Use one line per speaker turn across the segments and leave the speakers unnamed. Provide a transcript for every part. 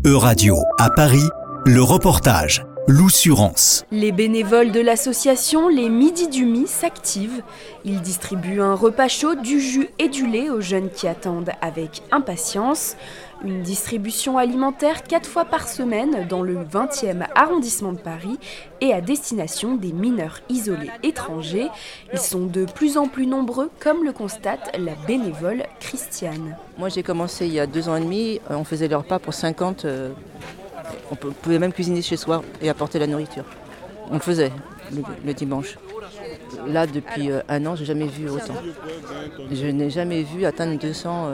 Euradio à Paris, le reportage L'Oussurance.
Les bénévoles de l'association Les Midis du Mi s'activent. Ils distribuent un repas chaud, du jus et du lait aux jeunes qui attendent avec impatience. Une distribution alimentaire 4 fois par semaine dans le 20e arrondissement de Paris et à destination des mineurs isolés étrangers. Ils sont de plus en plus nombreux, comme le constate la bénévole Christiane.
Moi j'ai commencé il y a 2 ans et demi, on faisait les repas pour 50, on pouvait même cuisiner chez soi et apporter la nourriture. On le faisait le dimanche. Là depuis 1 an, j'ai jamais vu autant. Je n'ai jamais vu atteindre 200.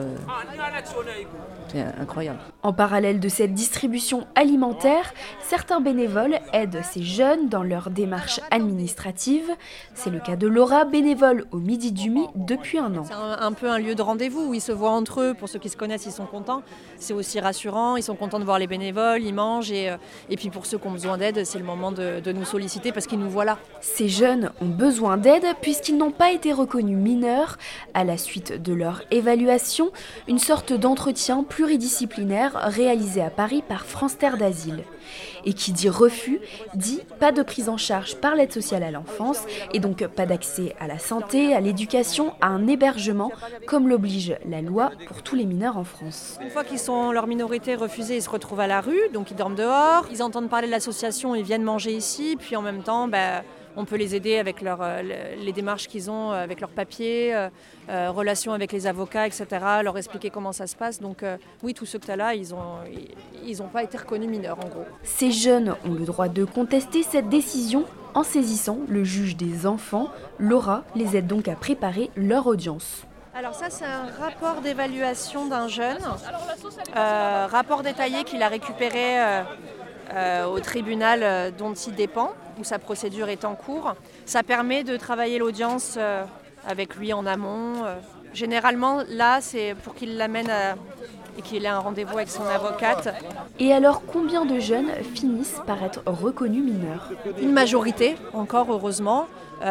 C'est incroyable.
En parallèle de cette distribution alimentaire, certains bénévoles aident ces jeunes dans leur démarche administrative. C'est le cas de Laura, bénévole au Midis du Mi depuis 1 an.
C'est un peu un lieu de rendez-vous où ils se voient entre eux. Pour ceux qui se connaissent, ils sont contents. C'est aussi rassurant, ils sont contents de voir les bénévoles, ils mangent. Et puis pour ceux qui ont besoin d'aide, c'est le moment de nous solliciter parce qu'ils nous voient là.
Ces jeunes ont besoin d'aide puisqu'ils n'ont pas été reconnus mineurs. À la suite de leur évaluation, une sorte d'entretien pluridisciplinaire réalisé à Paris par France Terre d'Asile. Et qui dit refus, dit pas de prise en charge par l'aide sociale à l'enfance et donc pas d'accès à la santé, à l'éducation, à un hébergement, comme l'oblige la loi pour tous les mineurs en France.
Une fois qu'ils sont leur minorité refusée, ils se retrouvent à la rue, donc ils dorment dehors, ils entendent parler de l'association, ils viennent manger ici, puis en même temps, on peut les aider avec les démarches qu'ils ont, avec leurs papiers, relations avec les avocats, etc., leur expliquer comment ça se passe. Donc oui, tous ceux que tu as là, ils ont pas été reconnus mineurs en gros.
Ces jeunes ont le droit de contester cette décision en saisissant le juge des enfants. Laura les aide donc à préparer leur audience.
Alors ça, c'est un rapport d'évaluation d'un jeune, rapport détaillé qu'il a récupéré au tribunal dont il dépend, où sa procédure est en cours. Ça permet de travailler l'audience avec lui en amont. Généralement, là, c'est pour qu'il l'amène et qu'il ait un rendez-vous avec son avocate.
Et alors, combien de jeunes finissent par être reconnus mineurs ?
Une majorité, encore heureusement.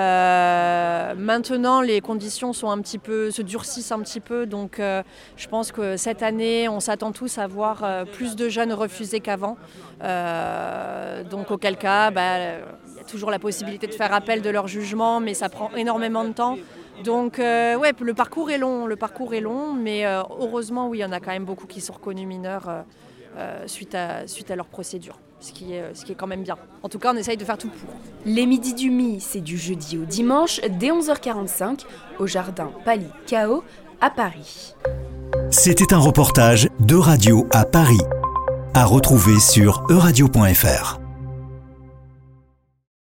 Maintenant, les conditions se durcissent un petit peu, donc je pense que cette année, on s'attend tous à voir plus de jeunes refusés qu'avant. Donc auquel cas, il y a toujours la possibilité de faire appel de leur jugement, mais ça prend énormément de temps. Donc le parcours est long, mais heureusement, oui, il y en a quand même beaucoup qui sont reconnus mineurs suite à leur procédure. Ce qui est quand même bien. En tout cas, on essaye de faire tout pour.
Les Midis du Mi, c'est du jeudi au dimanche, dès 11h45, au jardin Palais-Cao, à Paris.
C'était un reportage d'Euradio à Paris, à retrouver sur euradio.fr.